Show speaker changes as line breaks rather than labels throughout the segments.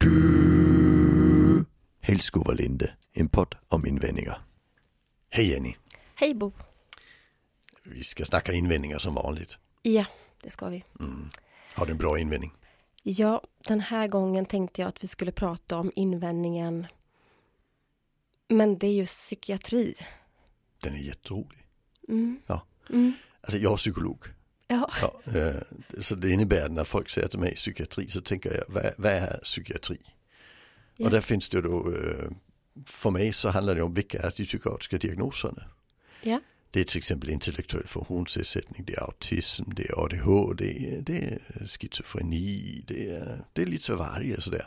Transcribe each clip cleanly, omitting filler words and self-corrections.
Hällskovalinde, en podd om invändningar. Hej Jenny.
Hej Bo.
Vi ska snacka invändningar som vanligt.
Ja, det ska vi.
Har du en bra invändning?
Ja, den här gången tänkte jag att vi skulle prata om invändningen. Men det är ju psykiatri.
Den är jätterolig.
Ja.
Alltså jag är psykolog.
Ja.
Så det innebär att när folk säger till mig psykiatri så tänker jag, vad är psykiatri?
Ja.
Och där finns det då, för mig så handlar det om vilka är de psykiatriska diagnoserna.
Ja.
Det är till exempel intellektuell funktionsnedsättning, det är autism, det är ADHD, det är schizofreni, det är lite så varje sådär.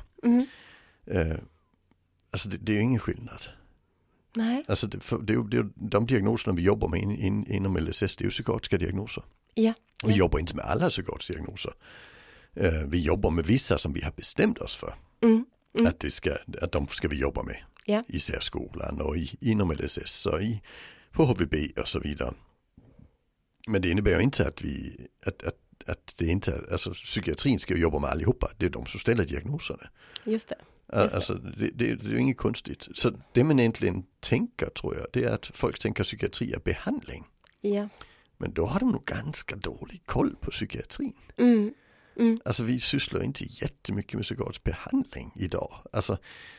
Alltså det är ju ingen skillnad.
Nej.
Alltså det är de diagnoserna vi jobbar med inom LSS, det är ju psykiatriska diagnoser.
Ja.
Vi jobbar inte med alla psykiatriska diagnoser. Vi jobbar med vissa som vi har bestämt oss för. Att de ska vi jobba med.
Ja.
I särskolan och inom LSS och på HVB och så vidare. Men det innebär ju inte att det inte, alltså psykiatrin ska ju jobba med allihopa. Det är de som ställer diagnoserna.
Just det.
Alltså det är ju inget konstigt. Så det man egentligen tänker, tror jag, det är att folk tänker psykiatri är behandling.
Ja.
Men då har de nog ganska dålig koll på psykiatrin. Alltså vi sysslar inte jättemycket med psykiatrisk behandling idag. Alltså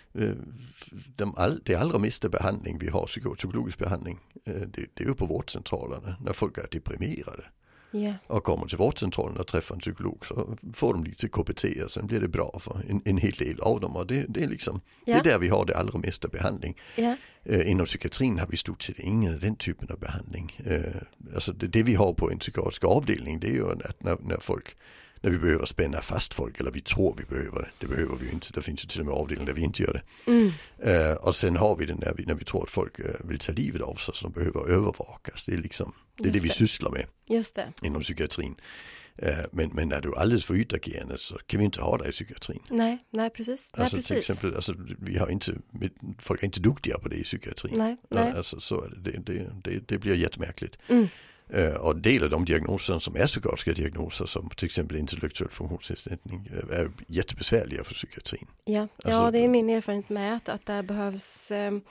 det allra mesta behandling vi har, psykologisk behandling, det är ju på vårdcentralerna när folk är deprimerade.
Ja.
Och kommer till vårdcentralen och träffar en psykolog så får de lite KBT och sen blir det bra för en hel del av dem. Och det är liksom, det är där vi har det allra mesta behandling.
Ja.
Inom psykiatrin har vi stort sett ingen av den typen av behandling. Alltså det vi har på en psykiatrisk avdelning, det är ju att när vi behöver spänna fast folk, eller vi tror vi behöver det behöver vi ju inte. Det finns ju till och med avdelningar där vi inte gör det. Och sen har vi det när vi tror att folk vill ta livet av sig, så de behöver övervakas. Det är liksom, det är det vi sysslar med.
Just det.
Inom psykiatrin. Men när du är alldeles för ytagerande så kan vi inte ha det i psykiatrin.
Nej, precis.
Alltså till exempel, alltså, folk är inte duktiga på det i psykiatrin.
Nej.
Alltså, så är det blir jättemärkligt. Och del av de diagnoser som är psykiatriska diagnoser, som till exempel intellektuell funktionsnedsättning, är jättebesvärliga för psykiatrin.
Ja,
alltså,
det är min erfarenhet med att det behövs,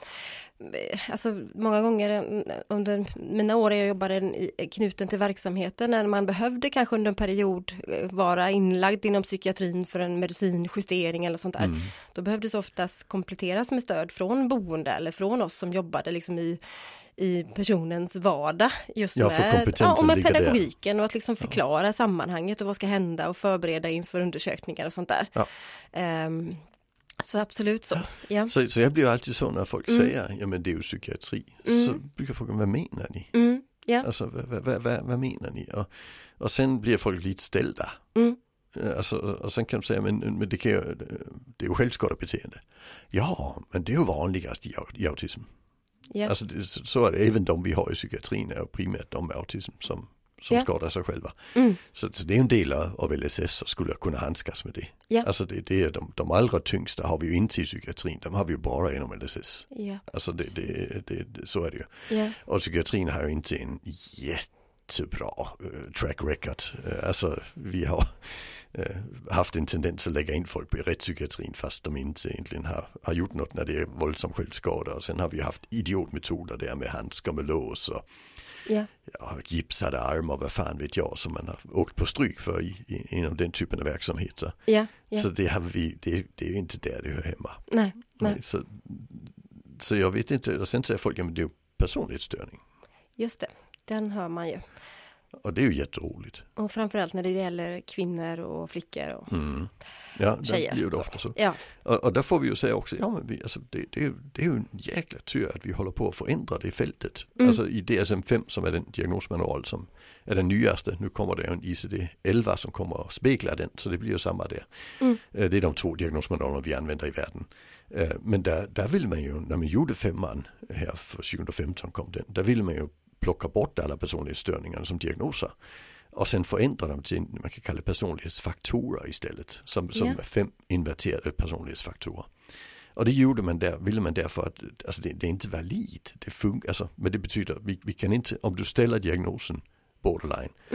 alltså många gånger under mina år jag jobbade knuten till verksamheten, när man behövde kanske under en period vara inlagd inom psykiatrin för en medicinjustering eller sånt där. Då behövdes oftast kompletteras med stöd från boende eller från oss som jobbade liksom i personens vardag just med pedagogiken och att liksom förklara sammanhanget och vad ska hända och förbereda inför undersökningar och sånt där. Ja. Så absolut så. Ja.
Så jag blir alltid så när folk säger, ja men det är ju psykiatri. Så brukar folk, vad menar ni?
Ja.
Alltså vad menar ni? Och sen blir folk lite ställda. Alltså, och sen kan de säga, men det är ju självskadebeteende. Ja, men det är ju vanligast i autism.
Yeah.
Alltså så är det, även de vi har i psykiatrin är primärt de med autism som skadar sig själva. Så det är en del av LSS och skulle kunna handskas med det.
Yeah.
Alltså det är de allra tyngsta har vi ju inte i psykiatrin, de har vi ju bara inom LSS.
Yeah.
Alltså så är det ju.
Yeah. Och
psykiatrin har ju inte en jättebra track record. Alltså vi har haft en tendens att lägga in folk på rättspsykiatrin fast de inte egentligen har gjort något när det är våldsam självskada. Och sen har vi haft idiotmetoder där med handskar med lås och gipsade armar, vad fan vet jag, som man har åkt på stryk för inom den typen av verksamheter. Så det är ju inte där det hör hemma.
Nej.
Så jag vet inte, och sen säger folk att det är personlighetsstörning.
Just det, den hör man ju.
Och det är ju jätteroligt.
Och framförallt när det gäller kvinnor och flickor och tjejer.
Det blir det ofta så.
Ja.
Och där får vi ju säga också, ja men det är ju en jäkla tur att vi håller på att förändra det fältet. Alltså i DSM-5 som är den diagnosmanual som är den nyaste, nu kommer det en ICD-11 som kommer att spegla den, så det blir ju samma där. Det är de 2 diagnosmanualerna vi använder i världen. Men där vill man ju, när man gjorde 5:an här för 2015 kom den, där vill man ju plocka bort alla personlighetsstörningar som diagnoser och sen förändra dem till, man kan kalla personlighetsfaktorer istället, som 5 inverterade personlighetsfaktorer. Och det gjorde man där, ville man därför att alltså det är inte valid, det funkar, alltså, men det betyder vi kan inte, om du ställer diagnosen borderline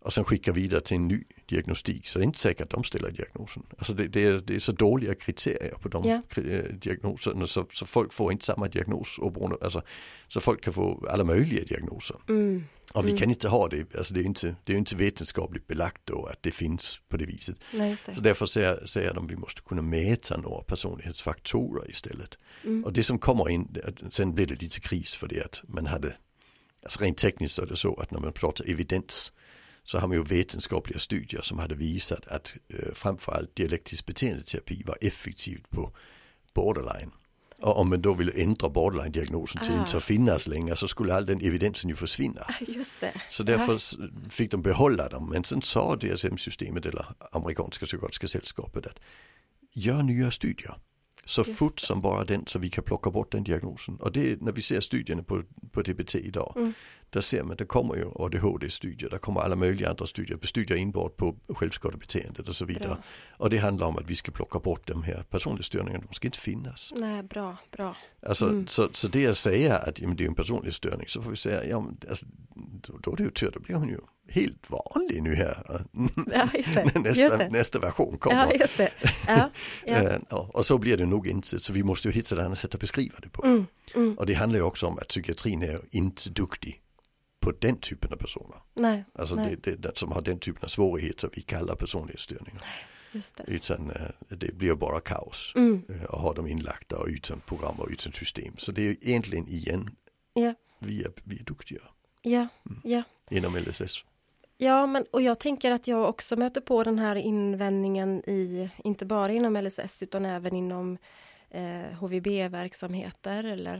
och sen skickar vidare till en ny diagnostik, så det är inte säkert att de ställer diagnosen. Alltså det är så dåliga kriterier på de diagnoserna, så folk får inte samma diagnos, alltså, så folk kan få alla möjliga diagnoser. Och vi kan inte ha det, alltså det är ju inte vetenskapligt belagt då att det finns på det viset.
Nej, just det.
Så därför säger de att vi måste kunna mäta några personlighetsfaktorer istället. Och det som kommer in, sen blir det lite kris för det att man hade, alltså rent tekniskt så är det så att när man pratar evidens så har man ju vetenskapliga studier som hade visat att framförallt dialektisk beteendeterapi var effektivt på borderline. Och om man då ville ändra borderline-diagnosen till inte att finnas längre, så skulle all den evidensen ju försvinna.
Just det.
Så därför fick de behålla dem. Men sen sa DSM-systemet eller amerikanska psykiatriska sällskapet att gör nya studier. Så fort som bara den, så vi kan plocka bort den diagnosen. Och det är när vi ser studierna på DBT idag. Där ser man, det kommer ju ADHD-studier, där kommer alla möjliga andra studier enbart på självskadebeteendet och så vidare. Bra. Och det handlar om att vi ska plocka bort de här personlighetsstörningarna, de ska inte finnas.
Nej, bra.
Alltså, så det jag säger att det är en personlighetsstörning, så får vi säga, alltså, då är det ju tur, då blir hon ju helt vanlig nu här.
Ja, just det.
Nästa version kommer.
Ja, just det. Ja.
Och så blir det nog inte, så vi måste ju hitta ett annat sätt att beskriva det på. Och det handlar ju också om att psykiatrin är inte duktig på den typen av personer.
Nej.
Alltså det som har den typen av svårigheter vi kallar personlighetsstörningar.
Just det.
Utan det blir bara kaos och ha dem inlagda och utan program och utan system. Så det är ju egentligen igen vi är duktiga.
Ja.
Inom LSS.
Ja, och jag tänker att jag också möter på den här invändningen inte bara inom LSS utan även inom HVB-verksamheter eller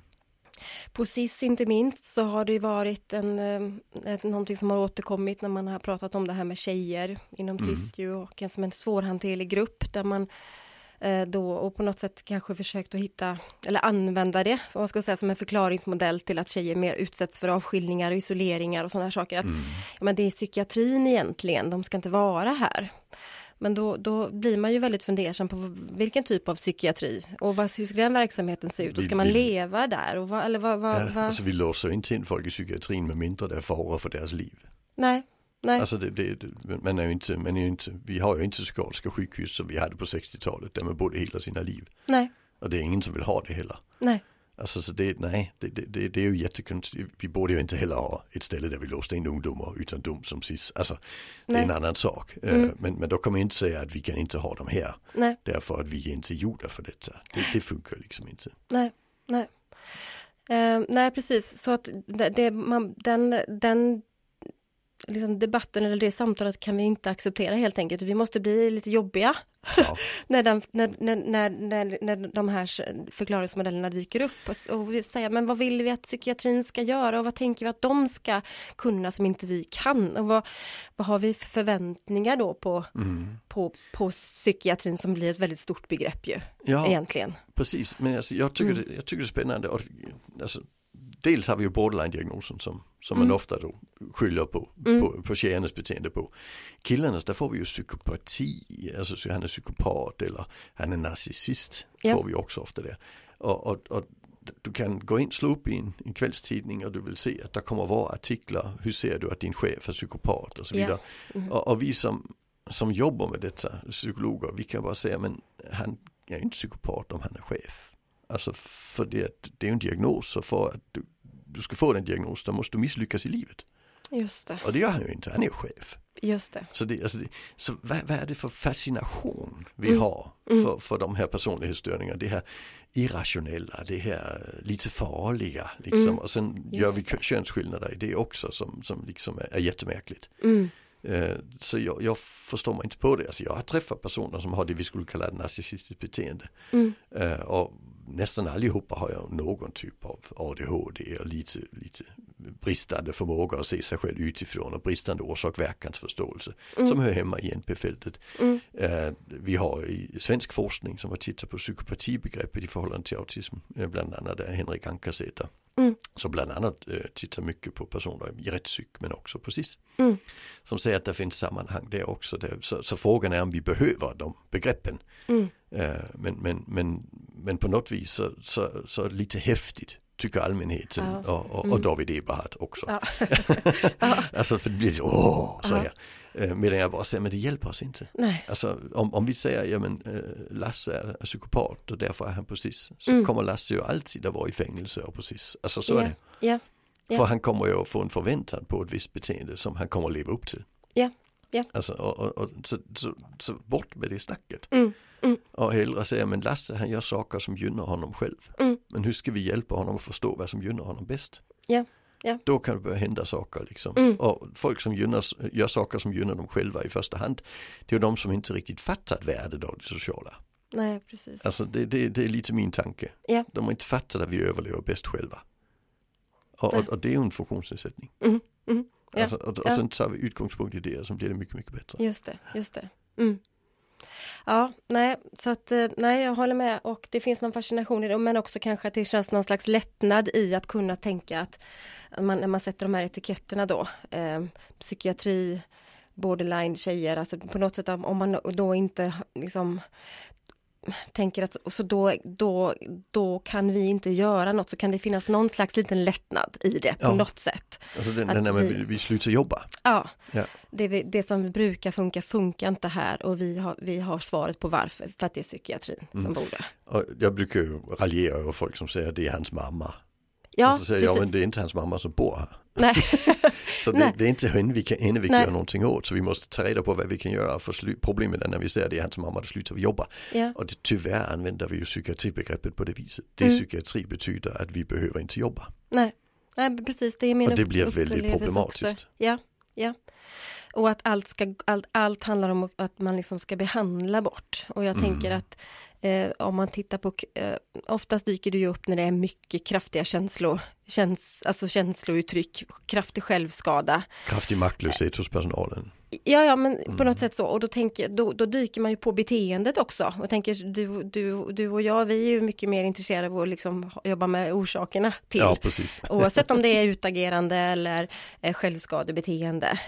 på SIS inte minst, så har det ju varit någonting som har återkommit när man har pratat om det här med tjejer inom SIS ju, och som en svårhanterlig grupp där man då och på något sätt kanske försökt att hitta eller använda det, vad man ska säga, som en förklaringsmodell till att tjejer mer utsätts för avskiljningar och isoleringar och sådana här saker. Att men det är psykiatrin egentligen, de ska inte vara här. Men då blir man ju väldigt fundersam på vilken typ av psykiatri och hur ska den verksamheten se ut och ska man leva där? Och
Alltså vi låser inte in folk i psykiatrin med mindre det är fara för deras liv.
Nej.
Alltså man är ju inte, vi har ju inte psykiatriska sjukhus som vi hade på 60-talet där man bodde hela sina liv.
Nej.
Och det är ingen som vill ha det heller.
Nej.
Alltså så det är ju jättekonstigt. Vi borde ju inte heller ha ett ställe där vi låste in ungdomar utan dom som SIS. Alltså det är en annan sak. Men då kan man inte säga att vi kan inte ha dem här. Nej. Därför att vi är inte gjorda för detta. Det funkar liksom inte.
Nej, precis. Så att den liksom debatten eller det samtalet kan vi inte acceptera helt enkelt. Vi måste bli lite jobbiga när de här förklaringsmodellerna dyker upp och vi säger, men vad vill vi att psykiatrin ska göra och vad tänker vi att de ska kunna som inte vi kan och vad har vi för förväntningar då på psykiatrin som blir ett väldigt stort begrepp ju egentligen.
Precis, men alltså, jag tycker det är spännande och, alltså, dels har vi ju borderline-diagnosen som man ofta då skyller på tjejernas beteende på. Killarnas, där får vi ju psykopati, alltså han är psykopat eller han är narcissist, får vi också ofta det. Och du kan gå in, slå upp i en kvällstidning och du vill se att det kommer vara artiklar, hur ser du att din chef är psykopat och så vidare. Och vi som jobbar med detta, psykologer, vi kan bara säga, men han är inte psykopat om han är chef. Alltså för det är ju en diagnos, och för att du ska få den diagnos, då måste du misslyckas i livet. Just det. Och det gör han ju inte, han är ju chef.
Just det.
Så vad är det för fascination vi har för de här personlighetsstörningarna, det här irrationella, det här lite farliga liksom. Och sen gör vi könsskillnader i det också som liksom är jättemärkligt. Så jag förstår mig inte på det. Alltså jag har träffat personer som har det vi skulle kalla ett narcissistiskt beteende. Och nästan allihopa har jag någon typ av ADHD och lite bristande förmåga att se sig själv utifrån och bristande orsak-verkansförståelse som hör hemma i NP-fältet. Vi har i svensk forskning som har tittat på psykopatibegreppet i förhållande till autism, bland annat där Henrik Ankarsäter. Så bland annat tittar mycket på personer i rättspsyk men också på SIS. Som säger att det finns sammanhang där också. Så frågan är om vi behöver de begreppen. Men på något vis så lite häftigt tycker allmänheten och David Eberhard också.
Ja.
Alltså för det blir så, säger jag. Medan jag bara säger, men det hjälper oss inte.
Nej.
Alltså om vi säger, ja men Lasse är psykopat och därför är han precis, så kommer Lasse ju alltid att vara i fängelse och precis. Alltså så är det.
Ja.
För han kommer ju att få en förväntan på ett visst beteende som han kommer att leva upp till.
Ja.
Alltså, och så bort med det snacket. Och hellre säga, men Lasse han gör saker som gynnar honom själv. Men hur ska vi hjälpa honom att förstå vad som gynnar honom bäst?
Ja.
Då kan det börja hända saker liksom. Och folk som gör saker som gynnar dem själva i första hand, det är ju de som inte riktigt fattat värdet av det sociala.
Nej, precis.
Alltså det är lite min tanke.
Ja.
De har inte fattat att vi överlever bäst själva. Och det är ju en funktionsnedsättning.
Ja.
Alltså, och sen tar vi utgångspunkt i det, så blir det mycket, mycket bättre.
Just det. Ja, nej, så att nej, jag håller med, och det finns någon fascination i det, men också kanske att det känns någon slags lättnad i att kunna tänka att när man sätter de här etiketterna då, psykiatri, borderline, tjejer, alltså på något sätt om man då inte liksom tänker att så då kan vi inte göra något, så kan det finnas någon slags liten lättnad i det på något sätt.
Alltså den när vi slutar jobba.
Ja. Det som brukar funkar inte här, och vi har svaret på varför, för att det är psykiatrin som borde.
Och jag brukar ju raljera över folk som säger att det är hans mamma.
Ja,
och så säger jag, men det är inte hans mamma som bor här.
Nej.
Så det är inte henne vi kan göra någonting åt, så vi måste ta reda på vad vi kan göra. För problemet är när vi säger att det är hans mamma, då slutar vi jobba.
Ja.
Och tyvärr använder vi ju psykiatribegreppet på det viset. Det psykiatri betyder att vi behöver inte jobba.
Nej, precis. Det är min
och det blir väldigt problematiskt.
Också. Ja. Och att allt handlar om att man liksom ska behandla bort. Och jag tänker att om man tittar på, oftast dyker det ju upp när det är mycket kraftiga känslouttryck, kraftig självskada.
Kraftig maktlöshet hos personalen.
Ja, men på något sätt så. Och då dyker man ju på beteendet också. Och tänker, du och jag, vi är ju mycket mer intresserade av att liksom jobba med orsakerna till.
Ja, precis.
Oavsett om det är utagerande eller självskadebeteende.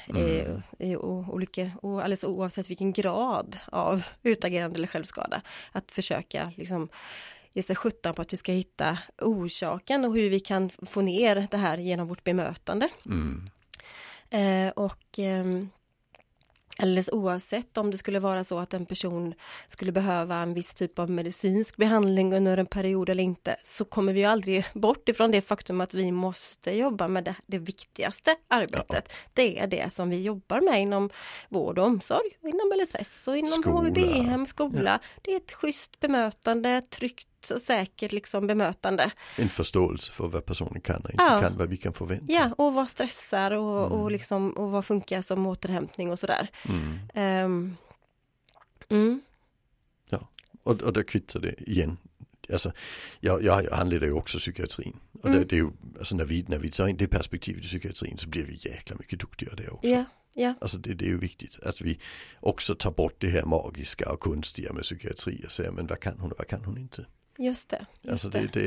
Och alldeles oavsett vilken grad av utagerande eller självskada. Att försöka liksom ge sig sjutton på att vi ska hitta orsaken och hur vi kan få ner det här genom vårt bemötande. Alldeles oavsett om det skulle vara så att en person skulle behöva en viss typ av medicinsk behandling under en period eller inte, så kommer vi aldrig bort ifrån det faktum att vi måste jobba med det viktigaste arbetet. Ja. Det är det som vi jobbar med inom vård och omsorg, inom LSS och inom HVB-hem, skola. Ja. Det är ett schysst bemötande, tryggt och säkert liksom bemötande.
En förståelse för vad personen kan och inte kan, vad vi kan förvänta.
Ja, och vad stressar och vad funkar som återhämtning och sådär.
Ja, och då kvittar det igen. Alltså, jag handleder ju också psykiatrin. Och det är ju, alltså när vi tar in det perspektivet i psykiatrin, så blir vi jäkla mycket duktigare där också.
Ja.
Alltså det är ju viktigt att vi också tar bort det här magiska och konstiga med psykiatri och säger, men vad kan hon och vad kan hon inte?
Just det.
Alltså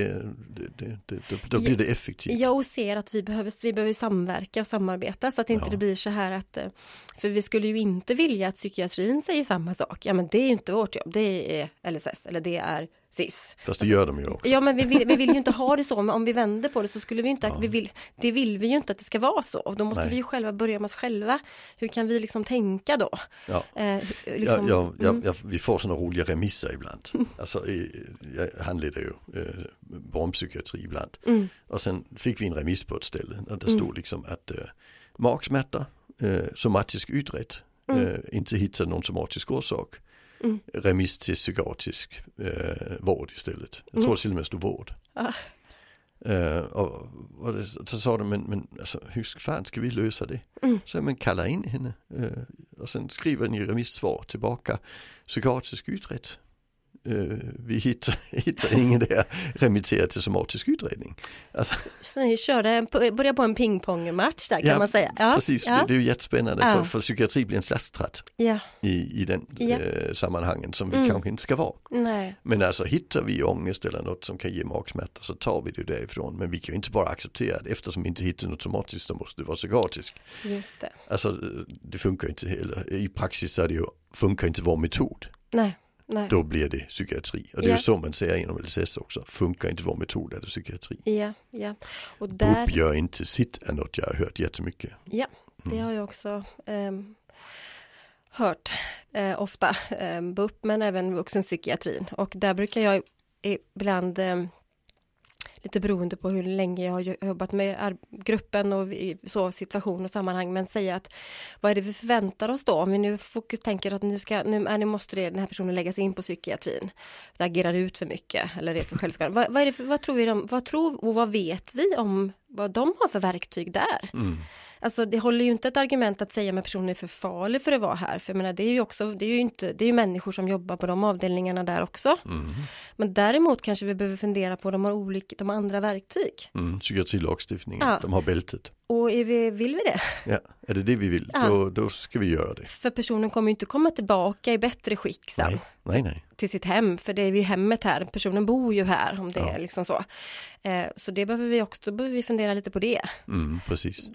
då blir det effektivt.
Jag och ser att vi behöver samverka och samarbeta, så att inte det blir så här att, för vi skulle ju inte vilja att psykiatrin säger samma sak. Ja, men det är ju inte vårt jobb, det är LSS eller det är SIS.
Fast det gör de ju också.
Ja, men vi vill ju inte ha det så, men om vi vänder på det så skulle vi inte, det vill vi ju inte att det ska vara så. Och då måste vi ju själva börja med oss själva. Hur kan vi liksom tänka då?
Ja. Vi får såna roliga remisser ibland. Alltså, jag handleder ju barnpsykiatri ibland. Och sen fick vi en remiss på ett ställe och det stod liksom att magsmärta, somatisk uträtt, inte hittar någon somatisk orsak. Remiss till psykiatrisk vård istället. Jag tror till och med stod vård. Så sa de, men alltså, hur fan ska vi lösa det? Så men kalla in henne. Och sen skriver ni remissvar tillbaka. Psykiatrisk uträtt. Vi hittar ingen där remitterat till somatisk utredning. Alltså.
Så ni börjar på en pingpongmatch där, kan man säga. Ja,
precis. Ja. Det är ju jättespännande för psykiatri blir en slasktratt i den sammanhangen som vi kanske inte ska vara.
Nej.
Men alltså hittar vi ångest eller något som kan ge magsmärta, så tar vi det därifrån. Men vi kan ju inte bara acceptera att eftersom vi inte hittar något somatiskt så måste det vara psykiatrisk.
Just det.
Alltså det funkar inte heller. I praxis är det ju, funkar inte vår metod.
Nej. Nej.
då blir det psykiatri. Och det är ju så man säger inom LSS också. Funkar inte vår metod är det psykiatri.
Ja. Och där...
BUP gör inte sitt är något jag har hört jättemycket.
Ja, det har jag också hört ofta. BUP men även vuxenpsykiatrin. Och där brukar jag ibland... lite beroende på hur länge jag har jobbat med gruppen och i så situation och sammanhang, men säga att vad är det vi förväntar oss då? Om vi nu tänker att nu måste den här personen läggas in på psykiatrin. Det agerar ut för mycket eller är för självskadande. Vad tror och vad vet vi om vad de har för verktyg där? Alltså det håller ju inte ett argument att säga att personen är för farlig för att vara här. För jag menar, det är ju människor som jobbar på de avdelningarna där också. Men däremot kanske vi behöver fundera på de andra verktyg.
Psykiatrilagstiftningen, de har bältet.
Och vill vi det?
Ja, är det vi vill, då ska vi göra det.
För personen kommer ju inte komma tillbaka i bättre skick sen. Nej. Till sitt hem, för det är ju hemmet här. Personen bor ju här, om det är liksom så. Så det behöver vi också, då behöver vi fundera lite på det.
Precis.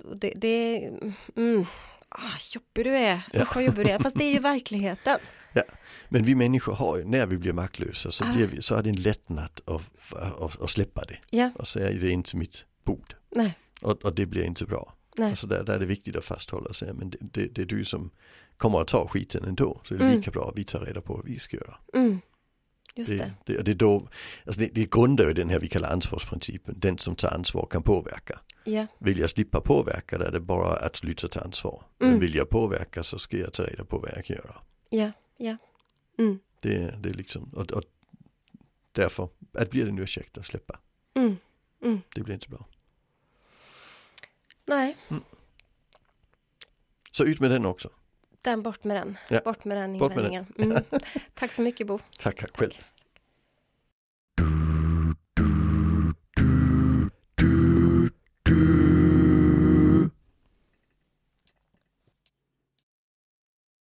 Jobbig du är. Vad jobbig du är. Fast det är ju verkligheten.
Ja, men vi människor har ju, när vi blir maktlösa så är det en lättnad att släppa det.
Ja.
Och säga det är inte mitt bord.
Nej.
Och det blir inte bra.
Nej.
Alltså där är det viktigt att fasthålla sig. Men det är du som kommer att ta skiten ändå. Så det är lika bra att vi tar reda på vad vi ska göra.
Just det.
Det är då, alltså det grundar ju den här vi kallar ansvarsprincipen. Den som tar ansvar kan påverka.
Ja.
Vill jag slippa påverka där är det bara att sluta ta ansvar. Men vill jag påverka så ska jag ta reda på vad jag kan göra.
Ja.
Det är liksom, och därför att blir det en ursäkt att släppa. Det blir inte bra.
Nej.
Så ut med den också.
Bort med den.
Ja.
Bort med den invändningen. Tack så mycket, Bo.
Tack själv.